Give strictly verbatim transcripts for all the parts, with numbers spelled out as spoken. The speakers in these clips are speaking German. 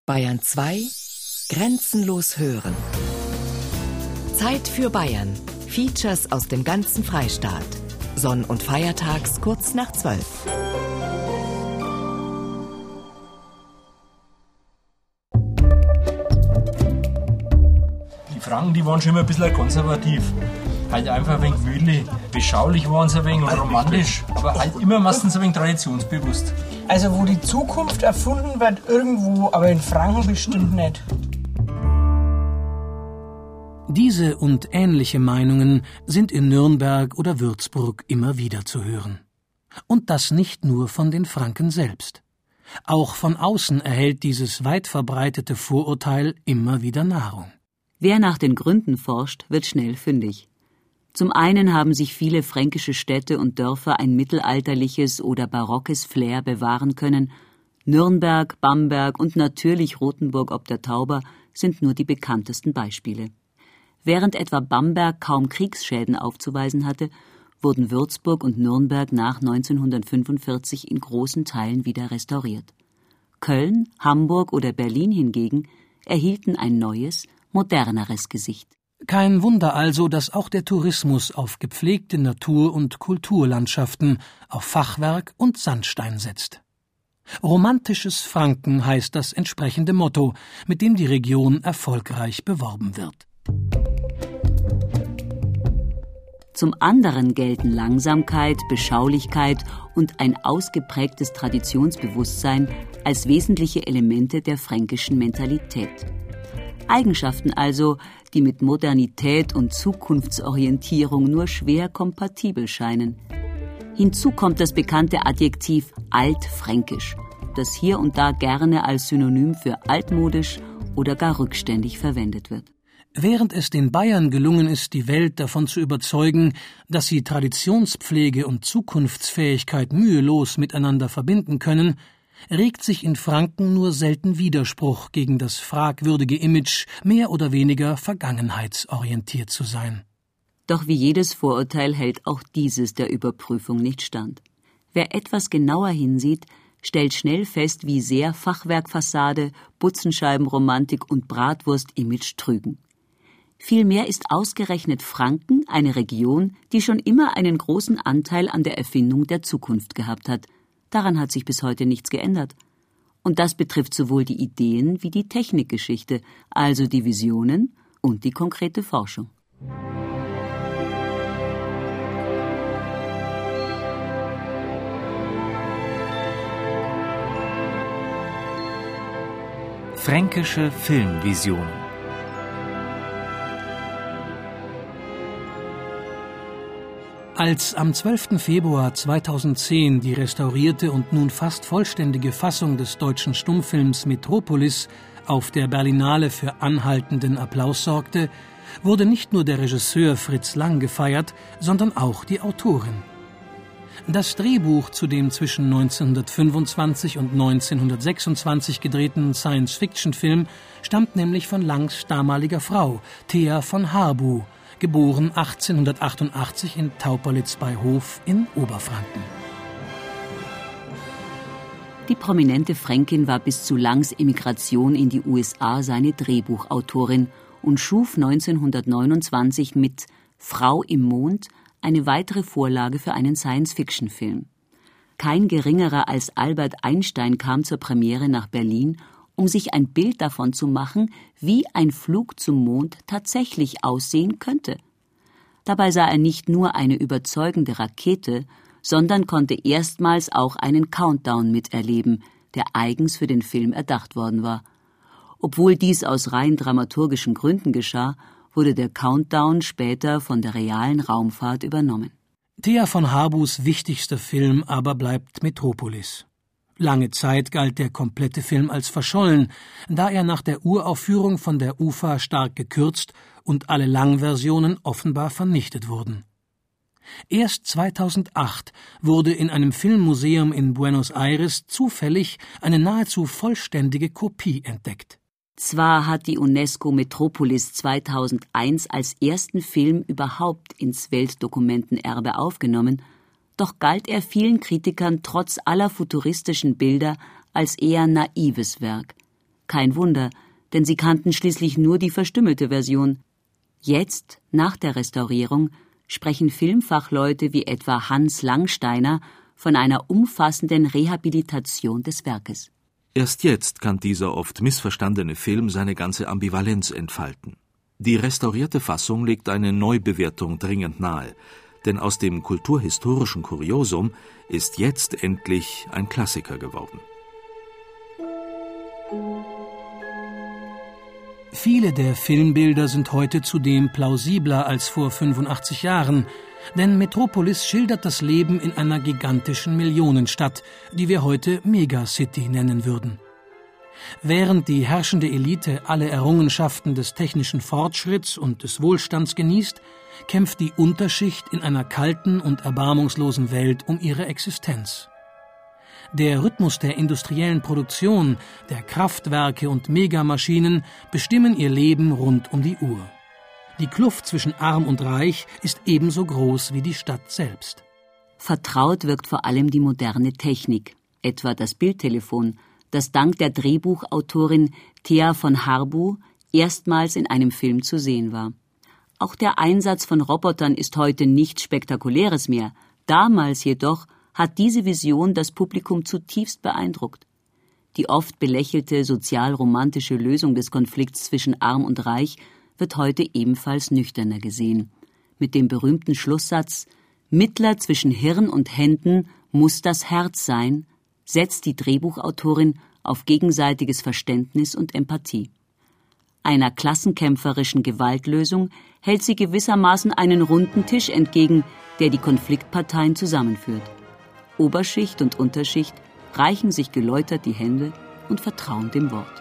Bayern zwei Grenzenlos hören. Zeit für Bayern. Features aus dem ganzen Freistaat. Sonn- und Feiertags kurz nach zwölf. Die Franken, die waren schon immer ein bisschen konservativ. Halt einfach ein wenig gemütlich. Beschaulich waren sie ein wenig und romantisch, aber halt immer meistens ein wenig traditionsbewusst. Also wo die Zukunft erfunden wird, irgendwo, aber in Franken bestimmt nicht. Diese und ähnliche Meinungen sind in Nürnberg oder Würzburg immer wieder zu hören. Und das nicht nur von den Franken selbst. Auch von außen erhält dieses weit verbreitete Vorurteil immer wieder Nahrung. Wer nach den Gründen forscht, wird schnell fündig. Zum einen haben sich viele fränkische Städte und Dörfer ein mittelalterliches oder barockes Flair bewahren können. Nürnberg, Bamberg und natürlich Rothenburg ob der Tauber sind nur die bekanntesten Beispiele. Während etwa Bamberg kaum Kriegsschäden aufzuweisen hatte, wurden Würzburg und Nürnberg nach neunzehnhundertfünfundvierzig in großen Teilen wieder restauriert. Köln, Hamburg oder Berlin hingegen erhielten ein neues, moderneres Gesicht. Kein Wunder also, dass auch der Tourismus auf gepflegte Natur- und Kulturlandschaften, auf Fachwerk und Sandstein setzt. Romantisches Franken heißt das entsprechende Motto, mit dem die Region erfolgreich beworben wird. Zum anderen gelten Langsamkeit, Beschaulichkeit und ein ausgeprägtes Traditionsbewusstsein als wesentliche Elemente der fränkischen Mentalität. Eigenschaften also, die mit Modernität und Zukunftsorientierung nur schwer kompatibel scheinen. Hinzu kommt das bekannte Adjektiv altfränkisch, das hier und da gerne als Synonym für altmodisch oder gar rückständig verwendet wird. Während es den Bayern gelungen ist, die Welt davon zu überzeugen, dass sie Traditionspflege und Zukunftsfähigkeit mühelos miteinander verbinden können, regt sich in Franken nur selten Widerspruch gegen das fragwürdige Image, mehr oder weniger vergangenheitsorientiert zu sein. Doch wie jedes Vorurteil hält auch dieses der Überprüfung nicht stand. Wer etwas genauer hinsieht, stellt schnell fest, wie sehr Fachwerkfassade, Butzenscheibenromantik und Bratwurst-Image trügen. Vielmehr ist ausgerechnet Franken eine Region, die schon immer einen großen Anteil an der Erfindung der Zukunft gehabt hat. Daran hat sich bis heute nichts geändert. Und das betrifft sowohl die Ideen wie die Technikgeschichte, also die Visionen und die konkrete Forschung. Fränkische Filmvisionen. Als am zwölften Februar zweitausendzehn die restaurierte und nun fast vollständige Fassung des deutschen Stummfilms Metropolis auf der Berlinale für anhaltenden Applaus sorgte, wurde nicht nur der Regisseur Fritz Lang gefeiert, sondern auch die Autorin. Das Drehbuch zu dem zwischen neunzehnhundertfünfundzwanzig und neunzehnhundertsechsundzwanzig gedrehten Science-Fiction-Film stammt nämlich von Langs damaliger Frau, Thea von Harbu, geboren achtzehnhundertachtundachtzig in Tauperlitz bei Hof in Oberfranken. Die prominente Fränkin war bis zu Langs Emigration in die U S A seine Drehbuchautorin und schuf neunzehnhundertneunundzwanzig mit Frau im Mond eine weitere Vorlage für einen Science-Fiction-Film. Kein geringerer als Albert Einstein kam zur Premiere nach Berlin, um sich ein Bild davon zu machen, wie ein Flug zum Mond tatsächlich aussehen könnte. Dabei sah er nicht nur eine überzeugende Rakete, sondern konnte erstmals auch einen Countdown miterleben, der eigens für den Film erdacht worden war. Obwohl dies aus rein dramaturgischen Gründen geschah, wurde der Countdown später von der realen Raumfahrt übernommen. Thea von Harbus wichtigster Film aber bleibt Metropolis. Lange Zeit galt der komplette Film als verschollen, da er nach der Uraufführung von der U F A stark gekürzt und alle Langversionen offenbar vernichtet wurden. Erst zweitausendacht wurde in einem Filmmuseum in Buenos Aires zufällig eine nahezu vollständige Kopie entdeckt. Zwar hat die UNESCO Metropolis zweitausendeins als ersten Film überhaupt ins Weltdokumentenerbe aufgenommen, doch galt er vielen Kritikern trotz aller futuristischen Bilder als eher naives Werk. Kein Wunder, denn sie kannten schließlich nur die verstümmelte Version. Jetzt, nach der Restaurierung, sprechen Filmfachleute wie etwa Hans Langsteiner von einer umfassenden Rehabilitation des Werkes. Erst jetzt kann dieser oft missverstandene Film seine ganze Ambivalenz entfalten. Die restaurierte Fassung legt eine Neubewertung dringend nahe, denn aus dem kulturhistorischen Kuriosum ist jetzt endlich ein Klassiker geworden. Viele der Filmbilder sind heute zudem plausibler als vor fünfundachtzig Jahren, denn Metropolis schildert das Leben in einer gigantischen Millionenstadt, die wir heute Megacity nennen würden. Während die herrschende Elite alle Errungenschaften des technischen Fortschritts und des Wohlstands genießt, kämpft die Unterschicht in einer kalten und erbarmungslosen Welt um ihre Existenz. Der Rhythmus der industriellen Produktion, der Kraftwerke und Megamaschinen bestimmen ihr Leben rund um die Uhr. Die Kluft zwischen Arm und Reich ist ebenso groß wie die Stadt selbst. Vertraut wirkt vor allem die moderne Technik, etwa das Bildtelefon, das dank der Drehbuchautorin Thea von Harbu erstmals in einem Film zu sehen war. Auch der Einsatz von Robotern ist heute nichts Spektakuläres mehr. Damals jedoch hat diese Vision das Publikum zutiefst beeindruckt. Die oft belächelte sozial-romantische Lösung des Konflikts zwischen Arm und Reich wird heute ebenfalls nüchterner gesehen. Mit dem berühmten Schlusssatz »Mittler zwischen Hirn und Händen muss das Herz sein«, setzt die Drehbuchautorin auf gegenseitiges Verständnis und Empathie. Einer klassenkämpferischen Gewaltlösung hält sie gewissermaßen einen runden Tisch entgegen, der die Konfliktparteien zusammenführt. Oberschicht und Unterschicht reichen sich geläutert die Hände und vertrauen dem Wort.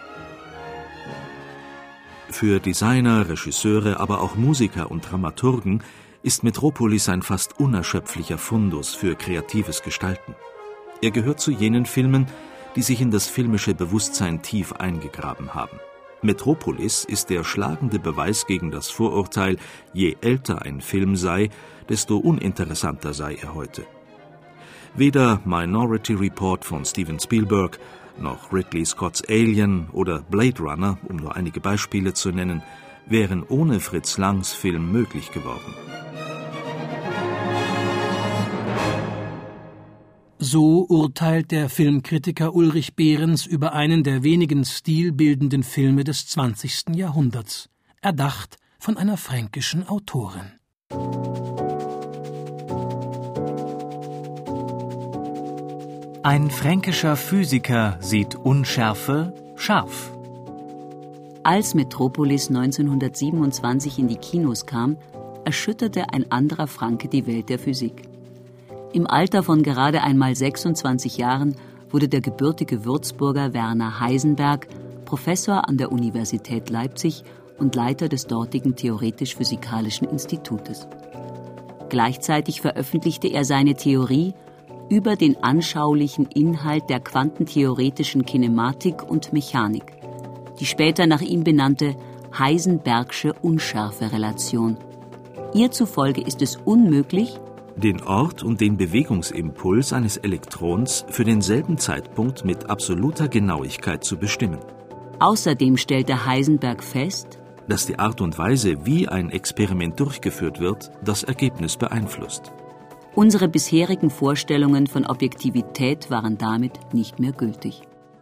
Für Designer, Regisseure, aber auch Musiker und Dramaturgen ist Metropolis ein fast unerschöpflicher Fundus für kreatives Gestalten. Er gehört zu jenen Filmen, die sich in das filmische Bewusstsein tief eingegraben haben. Metropolis ist der schlagende Beweis gegen das Vorurteil, je älter ein Film sei, desto uninteressanter sei er heute. Weder Minority Report von Steven Spielberg, noch Ridley Scotts Alien oder Blade Runner, um nur einige Beispiele zu nennen, wären ohne Fritz Langs Film möglich geworden. So urteilt der Filmkritiker Ulrich Behrens über einen der wenigen stilbildenden Filme des zwanzigsten Jahrhunderts, erdacht von einer fränkischen Autorin. Ein fränkischer Physiker sieht Unschärfe scharf. Als Metropolis neunzehnhundertsiebenundzwanzig in die Kinos kam, erschütterte ein anderer Franke die Welt der Physik. Im Alter von gerade einmal sechsundzwanzig Jahren wurde der gebürtige Würzburger Werner Heisenberg Professor an der Universität Leipzig und Leiter des dortigen Theoretisch-Physikalischen Institutes. Gleichzeitig veröffentlichte er seine Theorie über den anschaulichen Inhalt der quantentheoretischen Kinematik und Mechanik, die später nach ihm benannte Heisenbergsche Unschärferelation. Ihr zufolge ist es unmöglich, den Ort und den Bewegungsimpuls eines Elektrons für denselben Zeitpunkt mit absoluter Genauigkeit zu bestimmen. Außerdem stellte Heisenberg fest, dass die Art und Weise, wie ein Experiment durchgeführt wird, das Ergebnis beeinflusst. Unsere bisherigen Vorstellungen von Objektivität waren damit nicht mehr gültig.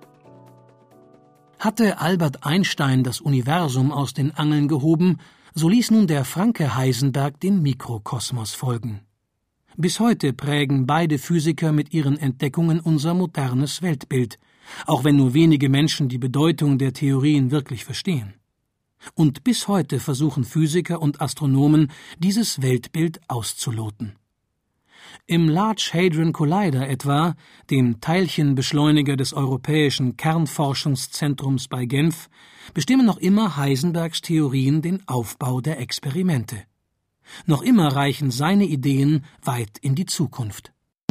Hatte Albert Einstein das Universum aus den Angeln gehoben, so ließ nun der Franke Heisenberg den Mikrokosmos folgen. Bis heute prägen beide Physiker mit ihren Entdeckungen unser modernes Weltbild, auch wenn nur wenige Menschen die Bedeutung der Theorien wirklich verstehen. Und bis heute versuchen Physiker und Astronomen, dieses Weltbild auszuloten. Im Large Hadron Collider etwa, dem Teilchenbeschleuniger des Europäischen Kernforschungszentrums bei Genf, bestimmen noch immer Heisenbergs Theorien den Aufbau der Experimente. Noch immer reichen seine Ideen weit in die Zukunft.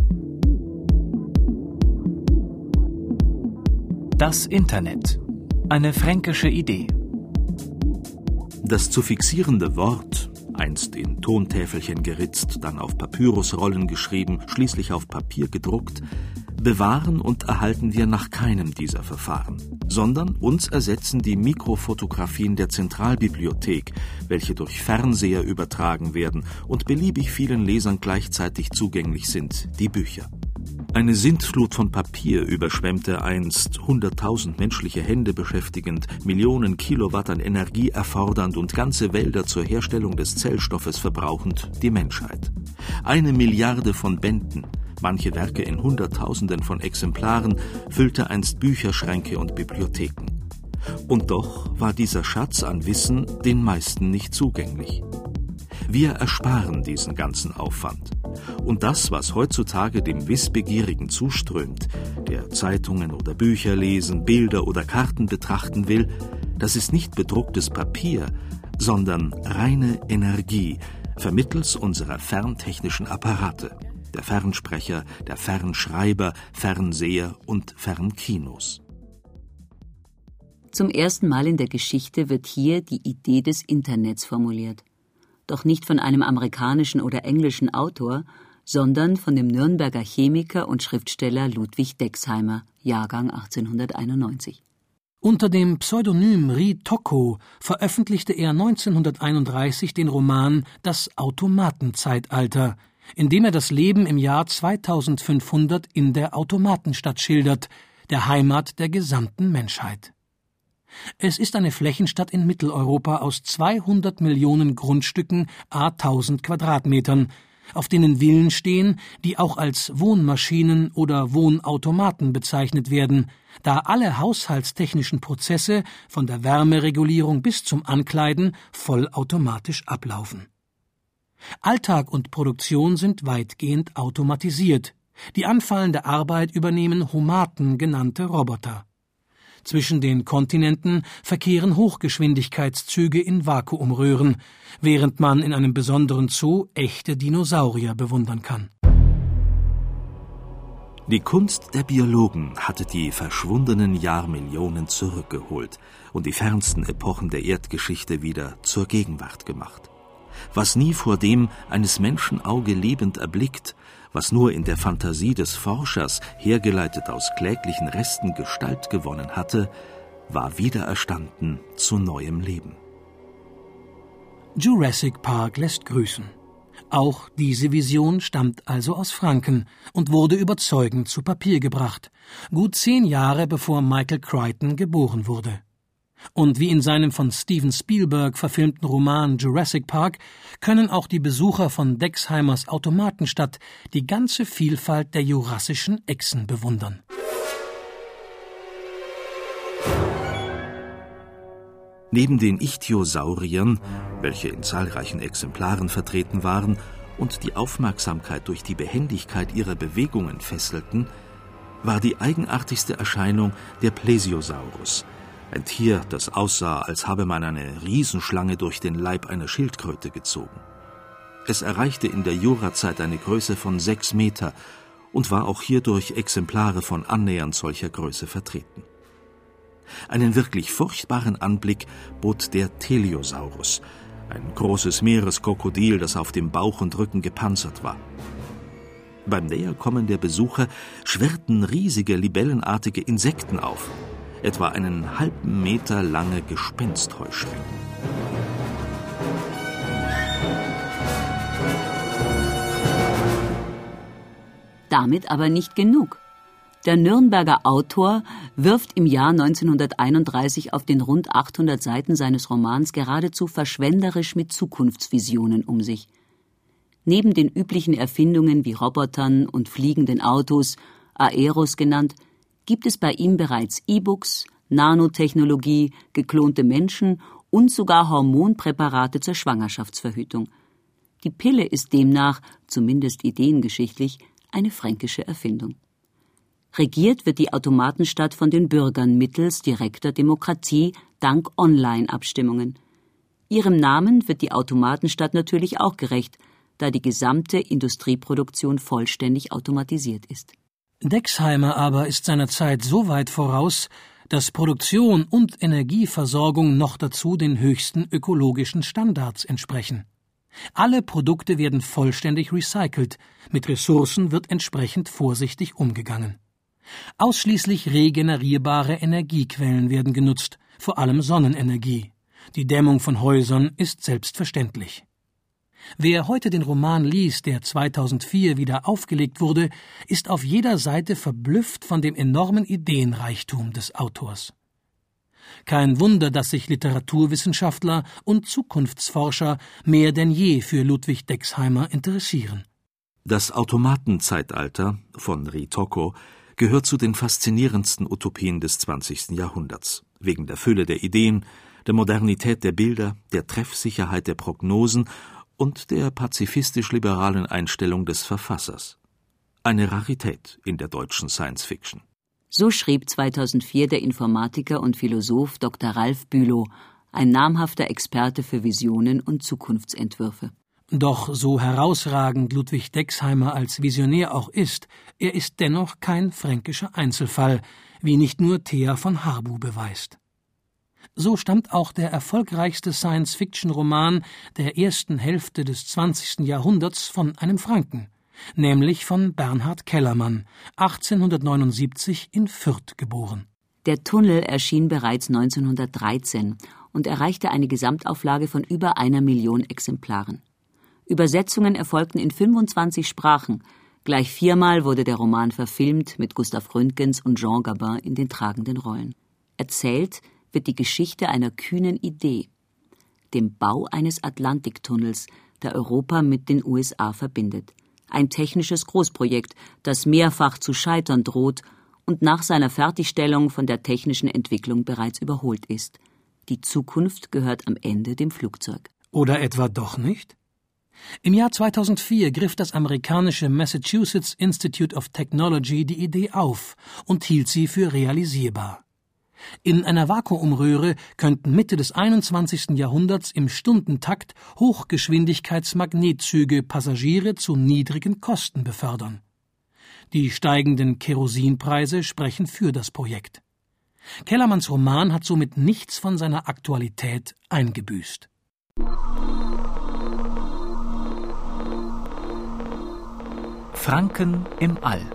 Das Internet. Eine fränkische Idee. Das zu fixierende Wort, einst in Tontäfelchen geritzt, dann auf Papyrusrollen geschrieben, schließlich auf Papier gedruckt, bewahren und erhalten wir nach keinem dieser Verfahren, sondern uns ersetzen die Mikrofotografien der Zentralbibliothek, welche durch Fernseher übertragen werden und beliebig vielen Lesern gleichzeitig zugänglich sind, die Bücher. Eine Sintflut von Papier überschwemmte einst, hunderttausend menschliche Hände beschäftigend, Millionen Kilowatt an Energie erfordernd und ganze Wälder zur Herstellung des Zellstoffes verbrauchend die Menschheit. Eine Milliarde von Bänden, manche Werke in Hunderttausenden von Exemplaren, füllte einst Bücherschränke und Bibliotheken. Und doch war dieser Schatz an Wissen den meisten nicht zugänglich. Wir ersparen diesen ganzen Aufwand. Und das, was heutzutage dem Wissbegierigen zuströmt, der Zeitungen oder Bücher lesen, Bilder oder Karten betrachten will, das ist nicht bedrucktes Papier, sondern reine Energie, vermittels unserer ferntechnischen Apparate, der Fernsprecher, der Fernschreiber, Fernseher und Fernkinos. Zum ersten Mal in der Geschichte wird hier die Idee des Internets formuliert. Doch nicht von einem amerikanischen oder englischen Autor, sondern von dem Nürnberger Chemiker und Schriftsteller Ludwig Dexheimer, Jahrgang achtzehnhunderteinundneunzig. Unter dem Pseudonym Ri Tocco veröffentlichte er neunzehnhunderteinunddreißig den Roman Das Automatenzeitalter, in dem er das Leben im Jahr zweitausendfünfhundert in der Automatenstadt schildert, der Heimat der gesamten Menschheit. Es ist eine Flächenstadt in Mitteleuropa aus zweihundert Millionen Grundstücken à tausend Quadratmetern, auf denen Villen stehen, die auch als Wohnmaschinen oder Wohnautomaten bezeichnet werden, da alle haushaltstechnischen Prozesse von der Wärmeregulierung bis zum Ankleiden vollautomatisch ablaufen. Alltag und Produktion sind weitgehend automatisiert. Die anfallende Arbeit übernehmen Homaten genannte Roboter. Zwischen den Kontinenten verkehren Hochgeschwindigkeitszüge in Vakuumröhren, während man in einem besonderen Zoo echte Dinosaurier bewundern kann. Die Kunst der Biologen hatte die verschwundenen Jahrmillionen zurückgeholt und die fernsten Epochen der Erdgeschichte wieder zur Gegenwart gemacht. Was nie vor dem eines Menschen Auge lebend erblickt, was nur in der Fantasie des Forschers, hergeleitet aus kläglichen Resten, Gestalt gewonnen hatte, war wiedererstanden zu neuem Leben. Jurassic Park lässt grüßen. Auch diese Vision stammt also aus Franken und wurde überzeugend zu Papier gebracht, gut zehn Jahre bevor Michael Crichton geboren wurde. Und wie in seinem von Steven Spielberg verfilmten Roman Jurassic Park können auch die Besucher von Dexheimers Automatenstadt die ganze Vielfalt der jurassischen Echsen bewundern. Neben den Ichthyosauriern, welche in zahlreichen Exemplaren vertreten waren und die Aufmerksamkeit durch die Behendigkeit ihrer Bewegungen fesselten, war die eigenartigste Erscheinung der Plesiosaurus, ein Tier, das aussah, als habe man eine Riesenschlange durch den Leib einer Schildkröte gezogen. Es erreichte in der Jurazeit eine Größe von sechs Meter und war auch hier durch Exemplare von annähernd solcher Größe vertreten. Einen wirklich furchtbaren Anblick bot der Teleosaurus, ein großes Meereskrokodil, das auf dem Bauch und Rücken gepanzert war. Beim Näherkommen der Besucher schwirrten riesige libellenartige Insekten auf, etwa einen halben Meter lange Gespenstheuschrecken. Damit aber nicht genug. Der Nürnberger Autor wirft im Jahr neunzehnhunderteinunddreißig auf den rund achthundert Seiten seines Romans geradezu verschwenderisch mit Zukunftsvisionen um sich. Neben den üblichen Erfindungen wie Robotern und fliegenden Autos, Aeros genannt, gibt es bei ihm bereits E-Books, Nanotechnologie, geklonte Menschen und sogar Hormonpräparate zur Schwangerschaftsverhütung. Die Pille ist demnach, zumindest ideengeschichtlich, eine fränkische Erfindung. Regiert wird die Automatenstadt von den Bürgern mittels direkter Demokratie dank Online-Abstimmungen. Ihrem Namen wird die Automatenstadt natürlich auch gerecht, da die gesamte Industrieproduktion vollständig automatisiert ist. Dexheimer aber ist seiner Zeit so weit voraus, dass Produktion und Energieversorgung noch dazu den höchsten ökologischen Standards entsprechen. Alle Produkte werden vollständig recycelt, mit Ressourcen wird entsprechend vorsichtig umgegangen. Ausschließlich regenerierbare Energiequellen werden genutzt, vor allem Sonnenenergie. Die Dämmung von Häusern ist selbstverständlich. Wer heute den Roman liest, der zweitausendvier wieder aufgelegt wurde, ist auf jeder Seite verblüfft von dem enormen Ideenreichtum des Autors. Kein Wunder, dass sich Literaturwissenschaftler und Zukunftsforscher mehr denn je für Ludwig Dexheimer interessieren. Das Automatenzeitalter von Ritoko gehört zu den faszinierendsten Utopien des zwanzigsten Jahrhunderts, wegen der Fülle der Ideen, der Modernität der Bilder, der Treffsicherheit der Prognosen und der pazifistisch-liberalen Einstellung des Verfassers. Eine Rarität in der deutschen Science-Fiction. So schrieb zweitausendvier der Informatiker und Philosoph Doktor Ralf Bülow, ein namhafter Experte für Visionen und Zukunftsentwürfe. Doch so herausragend Ludwig Dexheimer als Visionär auch ist, er ist dennoch kein fränkischer Einzelfall, wie nicht nur Thea von Harbu beweist. So stammt auch der erfolgreichste Science-Fiction-Roman der ersten Hälfte des zwanzigsten Jahrhunderts von einem Franken, nämlich von Bernhard Kellermann, achtzehnhundertneunundsiebzig in Fürth geboren. Der Tunnel erschien bereits neunzehnhundertdreizehn und erreichte eine Gesamtauflage von über einer Million Exemplaren. Übersetzungen erfolgten in fünfundzwanzig Sprachen. Gleich viermal wurde der Roman verfilmt, mit Gustav Röntgens und Jean Gabin in den tragenden Rollen. Erzählt wird die Geschichte einer kühnen Idee, dem Bau eines Atlantiktunnels, der Europa mit den U S A verbindet. Ein technisches Großprojekt, das mehrfach zu scheitern droht und nach seiner Fertigstellung von der technischen Entwicklung bereits überholt ist. Die Zukunft gehört am Ende dem Flugzeug. Oder etwa doch nicht? Im Jahr zweitausendvier griff das amerikanische Massachusetts Institute of Technology die Idee auf und hielt sie für realisierbar. In einer Vakuumröhre könnten Mitte des einundzwanzigsten Jahrhunderts im Stundentakt Hochgeschwindigkeitsmagnetzüge Passagiere zu niedrigen Kosten befördern. Die steigenden Kerosinpreise sprechen für das Projekt. Kellermanns Roman hat somit nichts von seiner Aktualität eingebüßt. Franken im All.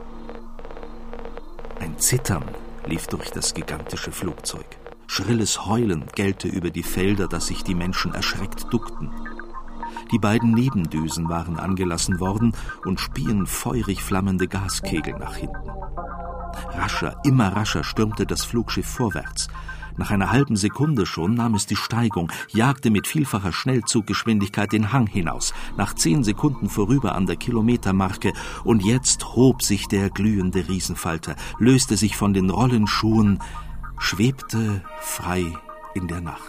Ein Zittern lief durch das gigantische Flugzeug. Schrilles Heulen gellte über die Felder, dass sich die Menschen erschreckt duckten. Die beiden Nebendüsen waren angelassen worden und spien feurig flammende Gaskegel nach hinten. Rascher, immer rascher stürmte das Flugschiff vorwärts. Nach einer halben Sekunde schon nahm es die Steigung, jagte mit vielfacher Schnellzuggeschwindigkeit den Hang hinaus, nach zehn Sekunden vorüber an der Kilometermarke, und jetzt hob sich der glühende Riesenfalter, löste sich von den Rollenschuhen, schwebte frei in der Nacht.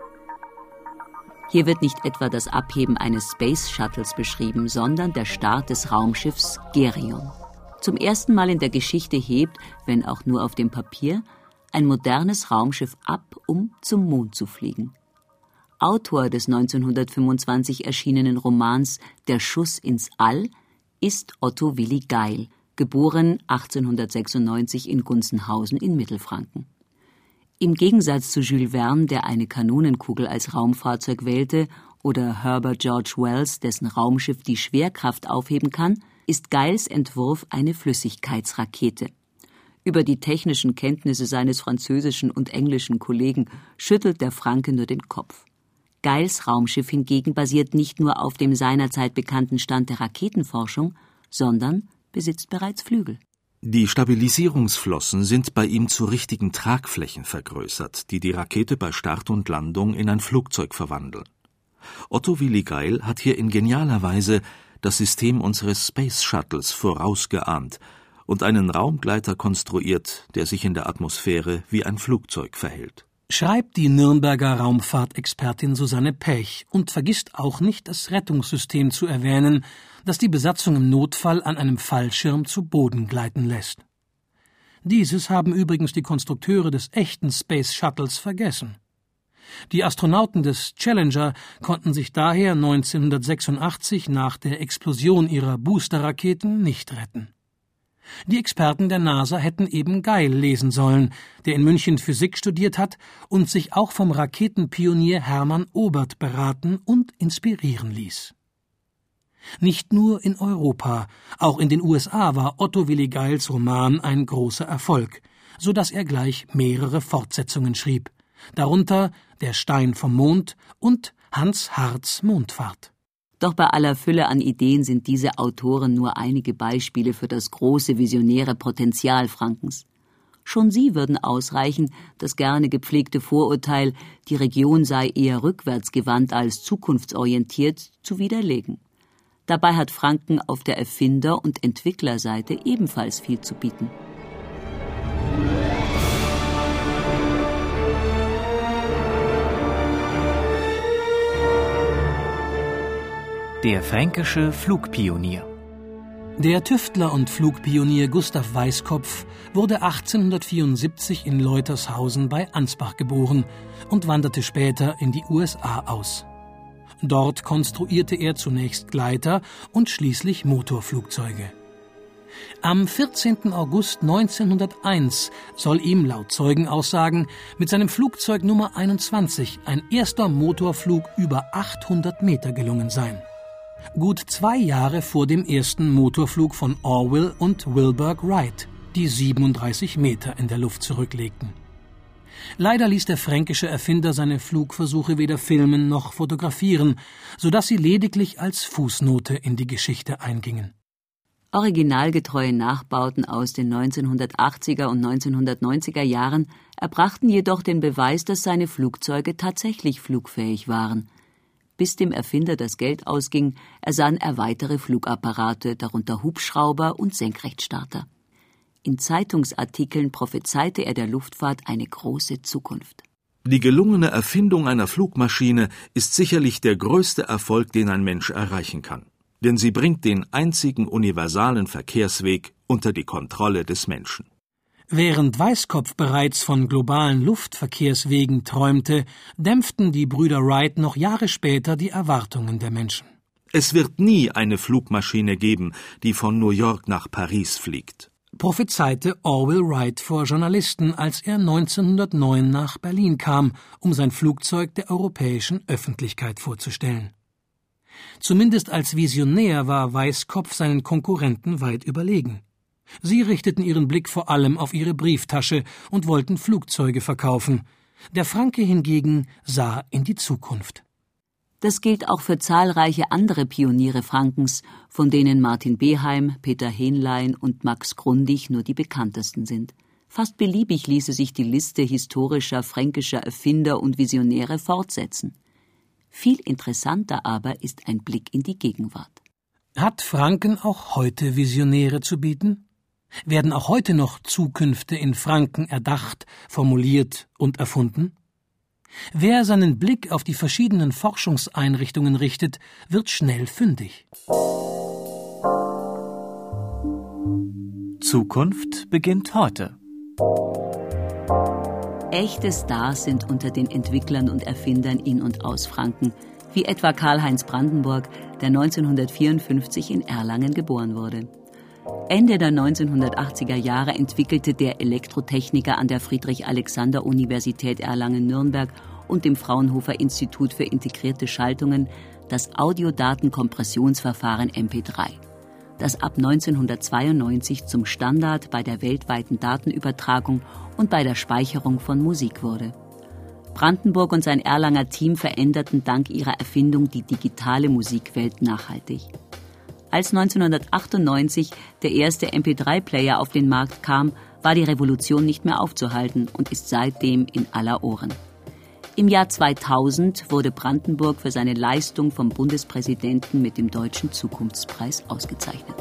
Hier wird nicht etwa das Abheben eines Space Shuttles beschrieben, sondern der Start des Raumschiffs Gerion. Zum ersten Mal in der Geschichte hebt, wenn auch nur auf dem Papier, ein modernes Raumschiff ab, um zum Mond zu fliegen. Autor des neunzehnhundertfünfundzwanzig erschienenen Romans Der Schuss ins All ist Otto Willi Geil, geboren achtzehnhundertsechsundneunzig in Gunzenhausen in Mittelfranken. Im Gegensatz zu Jules Verne, der eine Kanonenkugel als Raumfahrzeug wählte, oder Herbert George Wells, dessen Raumschiff die Schwerkraft aufheben kann, ist Geils Entwurf eine Flüssigkeitsrakete. Über die technischen Kenntnisse seines französischen und englischen Kollegen schüttelt der Franke nur den Kopf. Geils Raumschiff hingegen basiert nicht nur auf dem seinerzeit bekannten Stand der Raketenforschung, sondern besitzt bereits Flügel. Die Stabilisierungsflossen sind bei ihm zu richtigen Tragflächen vergrößert, die die Rakete bei Start und Landung in ein Flugzeug verwandeln. Otto Willi Geil hat hier in genialer Weise das System unseres Space Shuttles vorausgeahnt und einen Raumgleiter konstruiert, der sich in der Atmosphäre wie ein Flugzeug verhält. Schreibt die Nürnberger Raumfahrtexpertin Susanne Pech und vergisst auch nicht, das Rettungssystem zu erwähnen, das die Besatzung im Notfall an einem Fallschirm zu Boden gleiten lässt. Dieses haben übrigens die Konstrukteure des echten Space Shuttles vergessen. Die Astronauten des Challenger konnten sich daher neunzehnhundertsechsundachtzig nach der Explosion ihrer Boosterraketen nicht retten. Die Experten der NASA hätten eben Geil lesen sollen, der in München Physik studiert hat und sich auch vom Raketenpionier Hermann Obert beraten und inspirieren ließ. Nicht nur in Europa, auch in den U S A war Otto Willi Geils Roman ein großer Erfolg, so dass er gleich mehrere Fortsetzungen schrieb, darunter Der Stein vom Mond und Hans Harts Mondfahrt. Doch bei aller Fülle an Ideen sind diese Autoren nur einige Beispiele für das große visionäre Potenzial Frankens. Schon sie würden ausreichen, das gerne gepflegte Vorurteil, die Region sei eher rückwärtsgewandt als zukunftsorientiert, zu widerlegen. Dabei hat Franken auf der Erfinder- und Entwicklerseite ebenfalls viel zu bieten. Der fränkische Flugpionier. Der Tüftler und Flugpionier Gustav Weißkopf wurde achtzehnhundertvierundsiebzig in Leutershausen bei Ansbach geboren und wanderte später in die U S A aus. Dort konstruierte er zunächst Gleiter und schließlich Motorflugzeuge. Am vierzehnten August neunzehnhunderteins soll ihm laut Zeugenaussagen mit seinem Flugzeug Nummer einundzwanzig ein erster Motorflug über achthundert Meter gelungen sein. Gut zwei Jahre vor dem ersten Motorflug von Orville und Wilbur Wright, die siebenunddreißig Meter in der Luft zurücklegten. Leider ließ der fränkische Erfinder seine Flugversuche weder filmen noch fotografieren, sodass sie lediglich als Fußnote in die Geschichte eingingen. Originalgetreue Nachbauten aus den neunzehnhundertachtziger und neunzehnhundertneunziger Jahren erbrachten jedoch den Beweis, dass seine Flugzeuge tatsächlich flugfähig waren. Bis dem Erfinder das Geld ausging, ersann er weitere Flugapparate, darunter Hubschrauber und Senkrechtstarter. In Zeitungsartikeln prophezeite er der Luftfahrt eine große Zukunft. Die gelungene Erfindung einer Flugmaschine ist sicherlich der größte Erfolg, den ein Mensch erreichen kann. Denn sie bringt den einzigen universalen Verkehrsweg unter die Kontrolle des Menschen. Während Weißkopf bereits von globalen Luftverkehrswegen träumte, dämpften die Brüder Wright noch Jahre später die Erwartungen der Menschen. Es wird nie eine Flugmaschine geben, die von New York nach Paris fliegt, prophezeite Orville Wright vor Journalisten, als er neunzehnhundertneun nach Berlin kam, um sein Flugzeug der europäischen Öffentlichkeit vorzustellen. Zumindest als Visionär war Weißkopf seinen Konkurrenten weit überlegen. Sie richteten ihren Blick vor allem auf ihre Brieftasche und wollten Flugzeuge verkaufen. Der Franke hingegen sah in die Zukunft. Das gilt auch für zahlreiche andere Pioniere Frankens, von denen Martin Beheim, Peter Hähnlein und Max Grundig nur die bekanntesten sind. Fast beliebig ließe sich die Liste historischer fränkischer Erfinder und Visionäre fortsetzen. Viel interessanter aber ist ein Blick in die Gegenwart. Hat Franken auch heute Visionäre zu bieten? Werden auch heute noch Zukünfte in Franken erdacht, formuliert und erfunden? Wer seinen Blick auf die verschiedenen Forschungseinrichtungen richtet, wird schnell fündig. Zukunft beginnt heute. Echte Stars sind unter den Entwicklern und Erfindern in und aus Franken, wie etwa Karl-Heinz Brandenburg, der neunzehnhundertvierundfünfzig in Erlangen geboren wurde. Ende der neunzehnhundertachtziger Jahre entwickelte der Elektrotechniker an der Friedrich-Alexander-Universität Erlangen-Nürnberg und dem Fraunhofer-Institut für integrierte Schaltungen das Audiodatenkompressionsverfahren M P drei, das ab neunzehnhundertzweiundneunzig zum Standard bei der weltweiten Datenübertragung und bei der Speicherung von Musik wurde. Brandenburg und sein Erlanger Team veränderten dank ihrer Erfindung die digitale Musikwelt nachhaltig. Als neunzehnhundertachtundneunzig der erste M P drei Player auf den Markt kam, war die Revolution nicht mehr aufzuhalten und ist seitdem in aller Ohren. Im Jahr zweitausend wurde Brandenburg für seine Leistung vom Bundespräsidenten mit dem Deutschen Zukunftspreis ausgezeichnet.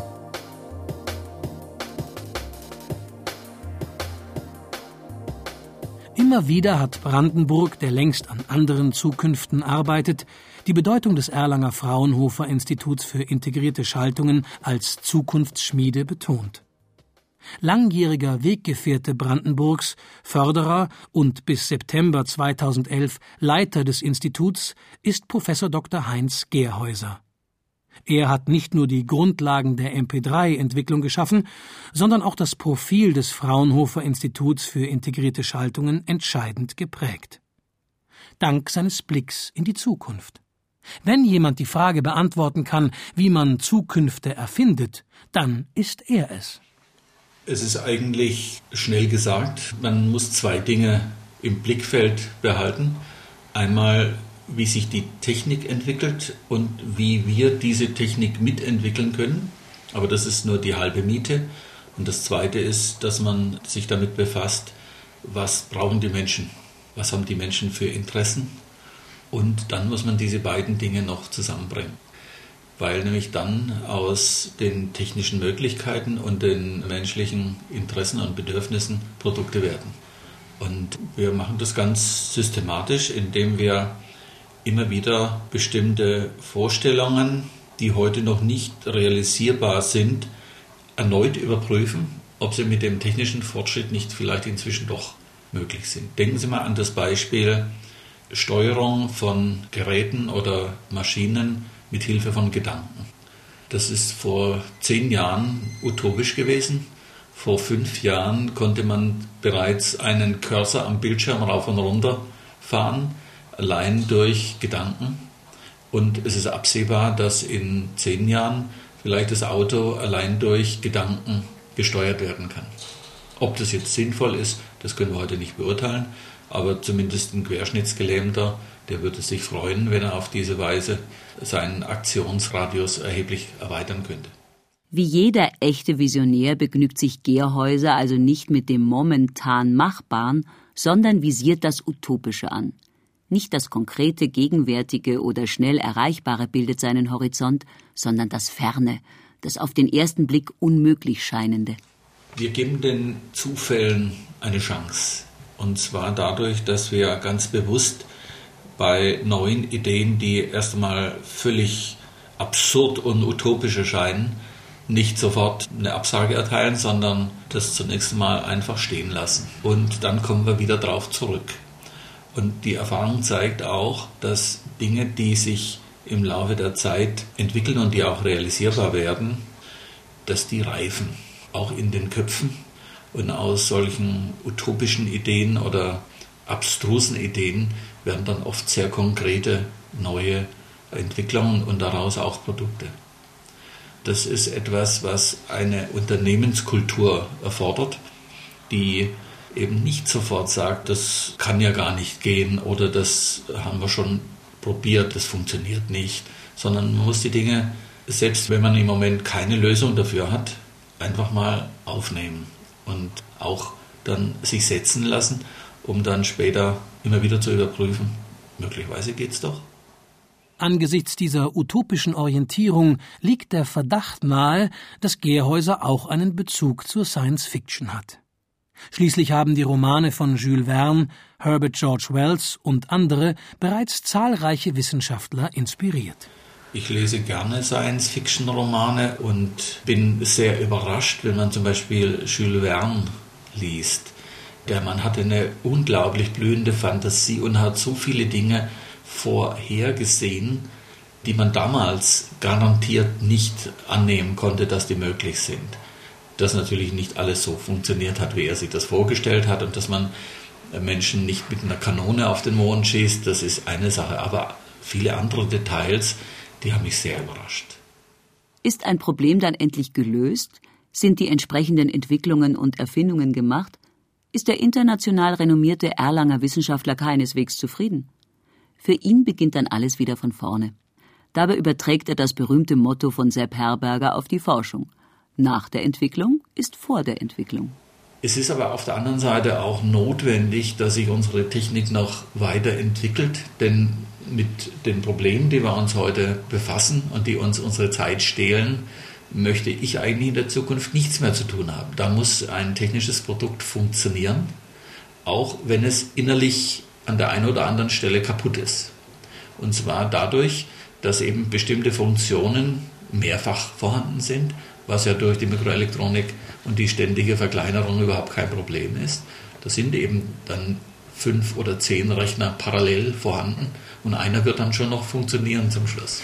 Immer wieder hat Brandenburg, der längst an anderen Zukünften arbeitet, die Bedeutung des Erlanger Fraunhofer Instituts für integrierte Schaltungen als Zukunftsschmiede betont. Langjähriger Weggefährte Brandenburgs, Förderer und bis September zweitausendelf Leiter des Instituts ist Professor Doktor Heinz Gerhäuser. Er hat nicht nur die Grundlagen der M P drei Entwicklung geschaffen, sondern auch das Profil des Fraunhofer Instituts für integrierte Schaltungen entscheidend geprägt. Dank seines Blicks in die Zukunft. Wenn jemand die Frage beantworten kann, wie man Zukünfte erfindet, dann ist er es. Es ist eigentlich schnell gesagt, man muss zwei Dinge im Blickfeld behalten. Einmal, wie sich die Technik entwickelt und wie wir diese Technik mitentwickeln können. Aber das ist nur die halbe Miete. Und das Zweite ist, dass man sich damit befasst, was brauchen die Menschen, was haben die Menschen für Interessen. Und dann muss man diese beiden Dinge noch zusammenbringen. Weil nämlich dann aus den technischen Möglichkeiten und den menschlichen Interessen und Bedürfnissen Produkte werden. Und wir machen das ganz systematisch, indem wir immer wieder bestimmte Vorstellungen, die heute noch nicht realisierbar sind, erneut überprüfen, ob sie mit dem technischen Fortschritt nicht vielleicht inzwischen doch möglich sind. Denken Sie mal an das Beispiel Steuerung von Geräten oder Maschinen mit Hilfe von Gedanken. Das ist vor zehn Jahren utopisch gewesen. Vor fünf Jahren konnte man bereits einen Cursor am Bildschirm rauf und runter fahren, allein durch Gedanken. Und es ist absehbar, dass in zehn Jahren vielleicht das Auto allein durch Gedanken gesteuert werden kann. Ob das jetzt sinnvoll ist, das können wir heute nicht beurteilen. Aber zumindest ein Querschnittsgelähmter, der würde sich freuen, wenn er auf diese Weise seinen Aktionsradius erheblich erweitern könnte. Wie jeder echte Visionär begnügt sich Gerhäuser also nicht mit dem momentan Machbaren, sondern visiert das Utopische an. Nicht das konkrete, gegenwärtige oder schnell Erreichbare bildet seinen Horizont, sondern das Ferne, das auf den ersten Blick unmöglich Scheinende. Wir geben den Zufällen eine Chance. Und zwar dadurch, dass wir ganz bewusst bei neuen Ideen, die erst einmal völlig absurd und utopisch erscheinen, nicht sofort eine Absage erteilen, sondern das zunächst mal einfach stehen lassen. Und dann kommen wir wieder drauf zurück. Und die Erfahrung zeigt auch, dass Dinge, die sich im Laufe der Zeit entwickeln und die auch realisierbar werden, dass die reifen, auch in den Köpfen. Und aus solchen utopischen Ideen oder abstrusen Ideen werden dann oft sehr konkrete neue Entwicklungen und daraus auch Produkte. Das ist etwas, was eine Unternehmenskultur erfordert, die eben nicht sofort sagt, das kann ja gar nicht gehen oder das haben wir schon probiert, das funktioniert nicht, sondern man muss die Dinge, selbst wenn man im Moment keine Lösung dafür hat, einfach mal aufnehmen und auch dann sich setzen lassen, um dann später immer wieder zu überprüfen, möglicherweise geht's doch. Angesichts dieser utopischen Orientierung liegt der Verdacht nahe, dass Gerhäuser auch einen Bezug zur Science-Fiction hat. Schließlich haben die Romane von Jules Verne, Herbert George Wells und andere bereits zahlreiche Wissenschaftler inspiriert. Ich lese gerne Science-Fiction-Romane und bin sehr überrascht, wenn man zum Beispiel Jules Verne liest. Der Mann hatte eine unglaublich blühende Fantasie und hat so viele Dinge vorhergesehen, die man damals garantiert nicht annehmen konnte, dass die möglich sind. Dass natürlich nicht alles so funktioniert hat, wie er sich das vorgestellt hat und dass man Menschen nicht mit einer Kanone auf den Mond schießt, das ist eine Sache. Aber viele andere Details, die haben mich sehr überrascht. Ist ein Problem dann endlich gelöst? Sind die entsprechenden Entwicklungen und Erfindungen gemacht? Ist der international renommierte Erlanger Wissenschaftler keineswegs zufrieden? Für ihn beginnt dann alles wieder von vorne. Dabei überträgt er das berühmte Motto von Sepp Herberger auf die Forschung. Nach der Entwicklung ist vor der Entwicklung. Es ist aber auf der anderen Seite auch notwendig, dass sich unsere Technik noch weiterentwickelt, denn mit den Problemen, die wir uns heute befassen und die uns unsere Zeit stehlen, möchte ich eigentlich in der Zukunft nichts mehr zu tun haben. Da muss ein technisches Produkt funktionieren, auch wenn es innerlich an der einen oder anderen Stelle kaputt ist. Und zwar dadurch, dass eben bestimmte Funktionen mehrfach vorhanden sind, was ja durch die Mikroelektronik und die ständige Verkleinerung überhaupt kein Problem ist. Da sind eben dann fünf oder zehn Rechner parallel vorhanden und einer wird dann schon noch funktionieren zum Schluss.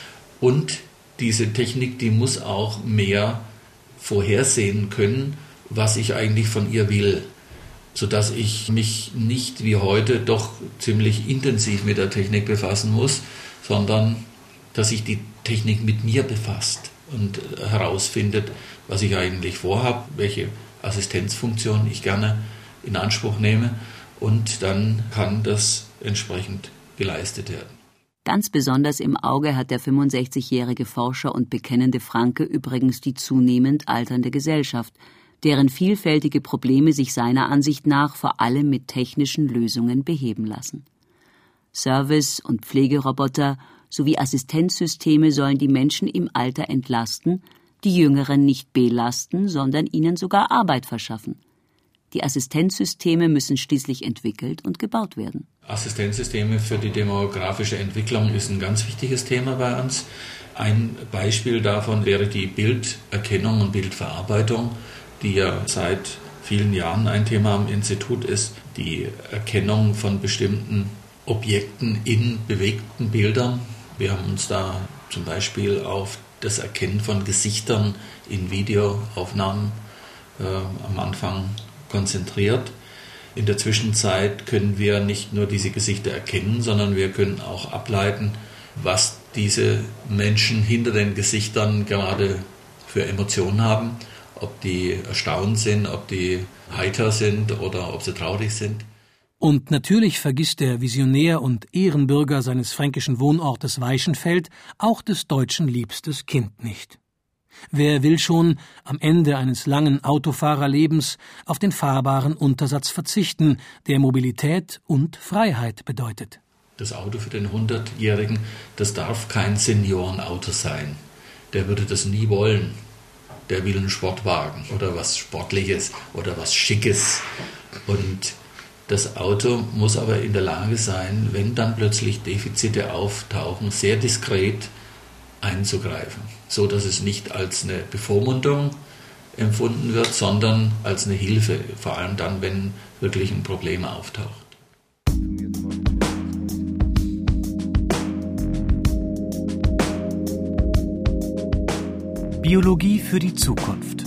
Und diese Technik, die muss auch mehr vorhersehen können, was ich eigentlich von ihr will, sodass ich mich nicht wie heute doch ziemlich intensiv mit der Technik befassen muss, sondern dass sich die Technik mit mir befasst und herausfindet, was ich eigentlich vorhabe, welche Assistenzfunktion ich gerne in Anspruch nehme, und dann kann das entsprechend geleistet werden. Ganz besonders im Auge hat der fünfundsechzigjährige Forscher und bekennende Franke übrigens die zunehmend alternde Gesellschaft, deren vielfältige Probleme sich seiner Ansicht nach vor allem mit technischen Lösungen beheben lassen. Service- und Pflegeroboter sowie Assistenzsysteme sollen die Menschen im Alter entlasten, die Jüngeren nicht belasten, sondern ihnen sogar Arbeit verschaffen. Die Assistenzsysteme müssen schließlich entwickelt und gebaut werden. Assistenzsysteme für die demografische Entwicklung ist ein ganz wichtiges Thema bei uns. Ein Beispiel davon wäre die Bilderkennung und Bildverarbeitung, die ja seit vielen Jahren ein Thema am Institut ist. Die Erkennung von bestimmten Objekten in bewegten Bildern. Wir haben uns da zum Beispiel auf das Erkennen von Gesichtern in Videoaufnahmen äh, am Anfang konzentriert. In der Zwischenzeit können wir nicht nur diese Gesichter erkennen, sondern wir können auch ableiten, was diese Menschen hinter den Gesichtern gerade für Emotionen haben, ob die erstaunt sind, ob die heiter sind oder ob sie traurig sind. Und natürlich vergisst der Visionär und Ehrenbürger seines fränkischen Wohnortes Weichenfeld auch des Deutschen liebstes Kind nicht. Wer will schon am Ende eines langen Autofahrerlebens auf den fahrbaren Untersatz verzichten, der Mobilität und Freiheit bedeutet? Das Auto für den hundertjährigen, das darf kein Seniorenauto sein. Der würde das nie wollen. Der will einen Sportwagen oder was Sportliches oder was Schickes. Und das Auto muss aber in der Lage sein, wenn dann plötzlich Defizite auftauchen, sehr diskret einzugreifen, so dass es nicht als eine Bevormundung empfunden wird, sondern als eine Hilfe, vor allem dann, wenn wirklich ein Problem auftaucht. Biologie für die Zukunft.